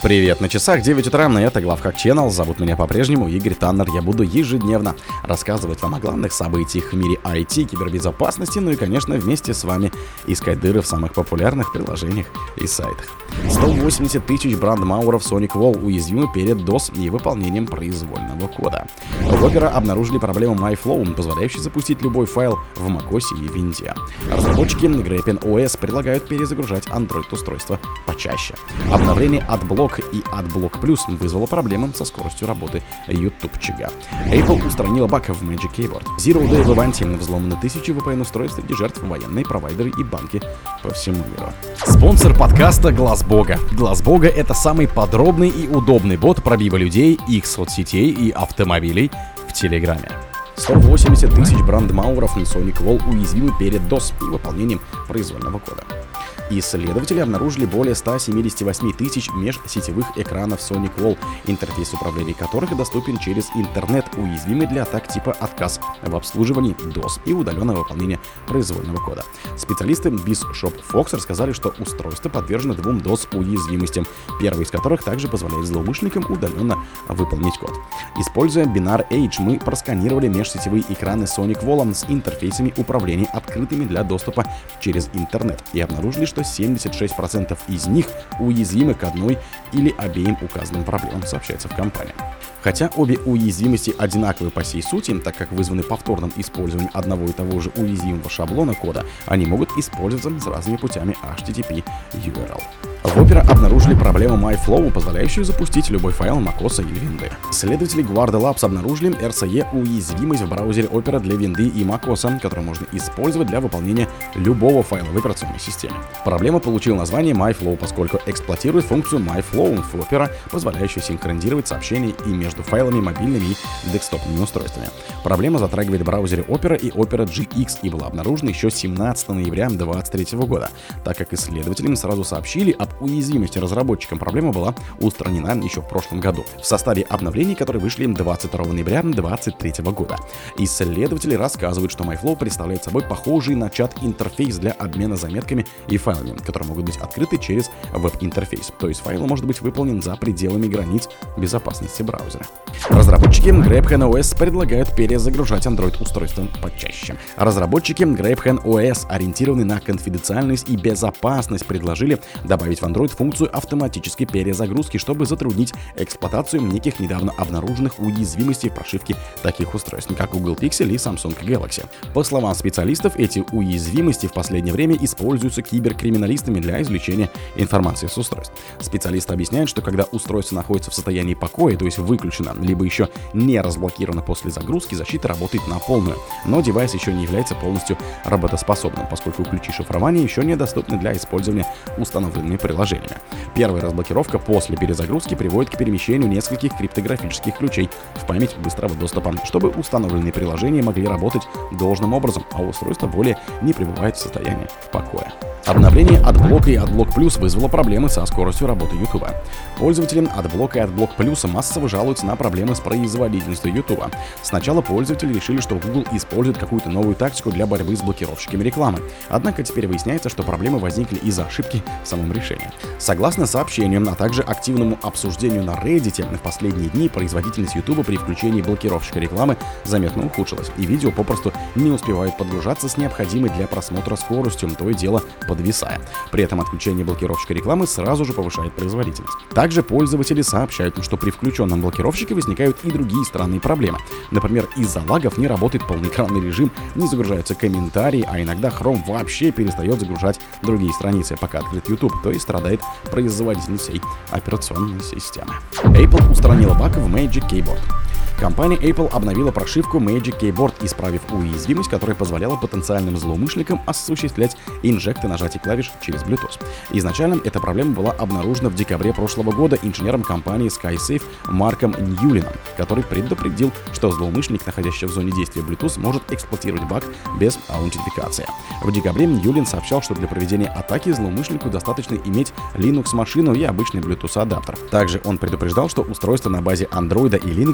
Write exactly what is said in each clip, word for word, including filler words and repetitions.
Привет, на часах девять утра, и это Главхак Channel. Зовут меня по-прежнему Игорь Таннер. Я буду ежедневно рассказывать вам о главных событиях в мире ай ти, кибербезопасности, ну и, конечно, вместе с вами искать дыры в самых популярных приложениях и сайтах. сто восемьдесят тысяч брандмауэров Sonic Wall уязвимы перед DOS и выполнением произвольного кода. В Opera обнаружили проблему MyFlow, позволяющую запустить любой файл в macOS и Винде. Разработчики GreppenOS предлагают перезагружать Android-устройства почаще. Обновление AdBlock и AdBlock Plus вызвало проблемы со скоростью работы ютубчика. Apple устранила баг в Magic Keyboard. Zero Day в Иванте взломаны тысячи ви пи эн-устройств среди жертв, военные провайдеры и банки по всему миру. Спонсор подкаста — Глаз Бога. Глаз Бога — это самый подробный и удобный бот пробива людей, их соцсетей и автомобилей в Телеграме. сто восемьдесят тысяч брандмауэров на Sonic Wall уязвимы перед DOS и выполнением произвольного кода. Исследователи обнаружили более ста семидесяти восьми тысяч межсетевых экранов Sonic Wall, интерфейс управления которых доступен через интернет, уязвимый для атак типа отказ в обслуживании DOS и удаленное выполнение произвольного кода. Специалисты BizShop Fox рассказали, что устройство подвержено двум DOS-уязвимостям, первая из которых также позволяет злоумышленникам удаленно выполнить код. Используя Binar Edge, мы просканировали межсетевые экраны Sonic Wall с интерфейсами управления, открытыми для доступа через интернет, и обнаружили, что семьдесят шесть процентов из них уязвимы к одной или обеим указанным проблемам, сообщается в компании. Хотя обе уязвимости одинаковы по всей сути, так как вызваны повторным использованием одного и того же уязвимого шаблона кода, они могут использоваться с разными путями эйч ти ти пи ю ар эл. В Opera обнаружили проблему MyFlow, позволяющую запустить любой файл macOS или Винды. Исследователи Guarda Labs обнаружили эр си и уязвимость в браузере Opera для Винды и macOS, которую можно использовать для выполнения любого файла в операционной системе. Проблема получила название MyFlow, поскольку эксплуатирует функцию MyFlow в Opera, позволяющую синхронизировать сообщения и между файлами мобильными и десктопными устройствами. Проблема затрагивает браузеры Opera и Opera джи икс и была обнаружена еще семнадцатого ноября две тысячи двадцать третьего года. Так как исследователям сразу сообщили об уязвимости разработчикам, проблема была устранена еще в прошлом году в составе обновлений, которые вышли двадцать второго ноября две тысячи двадцать третьего года. Исследователи рассказывают, что MyFlow представляет собой похожий на чат-интерфейс для обмена заметками и файлами, которые могут быть открыты через веб-интерфейс, то есть файл может быть выполнен за пределами границ безопасности браузера. Разработчики GreppenOS предлагают перезагружать Android-устройства почаще. Разработчики GreppenOS, ориентированные на конфиденциальность и безопасность, предложили добавить в Android функцию автоматической перезагрузки, чтобы затруднить эксплуатацию неких недавно обнаруженных уязвимостей в прошивке таких устройств, как Google Pixel и Samsung Galaxy. По словам специалистов, эти уязвимости в последнее время используются киберкриминалистами для извлечения информации с устройств. Специалисты объясняют, что когда устройство находится в состоянии покоя, то есть выключено, либо еще не разблокировано после загрузки, защита работает на полную, но девайс еще не является полностью работоспособным, поскольку ключи шифрования еще недоступны для использования установленными приложениями. Первая разблокировка после перезагрузки приводит к перемещению нескольких криптографических ключей в память быстрого доступа, чтобы установленные приложения могли работать должным образом, а устройство более не пребывает в состоянии покоя. Обновление AdBlock и AdBlock Plus вызвало проблемы со скоростью работы YouTube. Пользователи AdBlock и AdBlock Plus массово жалуются на проблемы с производительностью YouTube. Сначала пользователи решили, что Google использует какую-то новую тактику для борьбы с блокировщиками рекламы. Однако теперь выясняется, что проблемы возникли из-за ошибки в самом решении. Согласно сообщениям, а также активному обсуждению на Reddit, в последние дни производительность YouTube при включении блокировщика рекламы заметно ухудшилась, и видео попросту не успевают подгружаться с необходимой для просмотра скоростью, то и дело подвисая. При этом отключение блокировщика рекламы сразу же повышает производительность. Также пользователи сообщают, что при включенном блокировщике возникают и другие странные проблемы. Например, из-за лагов не работает полноэкранный режим, не загружаются комментарии, а иногда Chrome вообще перестает загружать другие страницы, пока открыт YouTube, то есть страдает производительность всей операционной системы. Apple устранила баг в Magic Keyboard. Компания Apple обновила прошивку Magic Keyboard, исправив уязвимость, которая позволяла потенциальным злоумышленникам осуществлять инжекты нажатий клавиш через Bluetooth. Изначально эта проблема была обнаружена в декабре прошлого года инженером компании SkySafe Марком Ньюлином, который предупредил, что злоумышленник, находящийся в зоне действия Bluetooth, может эксплуатировать баг без аутентификации. В декабре Ньюлин сообщал, что для проведения атаки злоумышленнику достаточно иметь Linux-машину и обычный Bluetooth-адаптер. Также он предупреждал, что устройства на базе Android и Linux тоже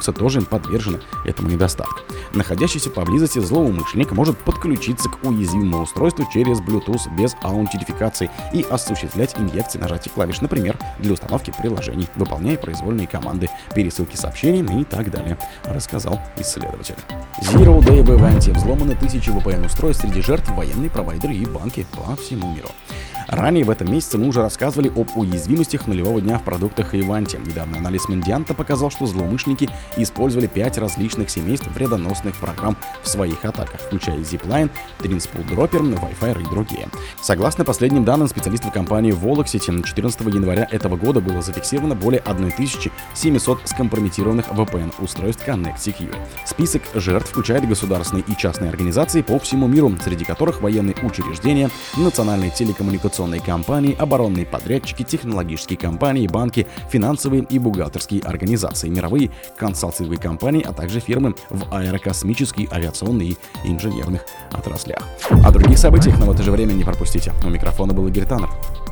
подвержены этому недостатку. Находящийся поблизости злоумышленник может подключиться к уязвимому устройству через Bluetooth без аутентификации и осуществлять инъекции нажатия клавиш, например, для установки приложений, выполняя произвольные команды, пересылки сообщений и так далее, рассказал исследователь. Zero Day в Иванте. Взломаны тысячи ви пи эн-устройств, среди жертв военные провайдеры и банки по всему миру. Ранее в этом месяце мы уже рассказывали об уязвимостях нулевого дня в продуктах Иванте. Недавно анализ Менdianta показал, что злоумышленники использовали пять различных семейств вредоносных программ в своих атаках, включая Zipline, Trinspool Dropper, Wi-Fi и другие. Согласно последним данным специалистов компании Volexity, четырнадцатого января этого года было зафиксировано более тысячи семисот скомпрометированных ви пи эн-устройств Connect Secure. Список жертв включает государственные и частные организации по всему миру, среди которых военные учреждения, национальные телекоммуникационные компании, оборонные подрядчики, технологические компании, банки, финансовые и бухгалтерские организации, мировые консалтинговые компании, а также фирмы в аэрокосмической, авиационной и инженерных отраслях. О других событиях, но в это же время не пропустите. У микрофона был Игорь Таннер.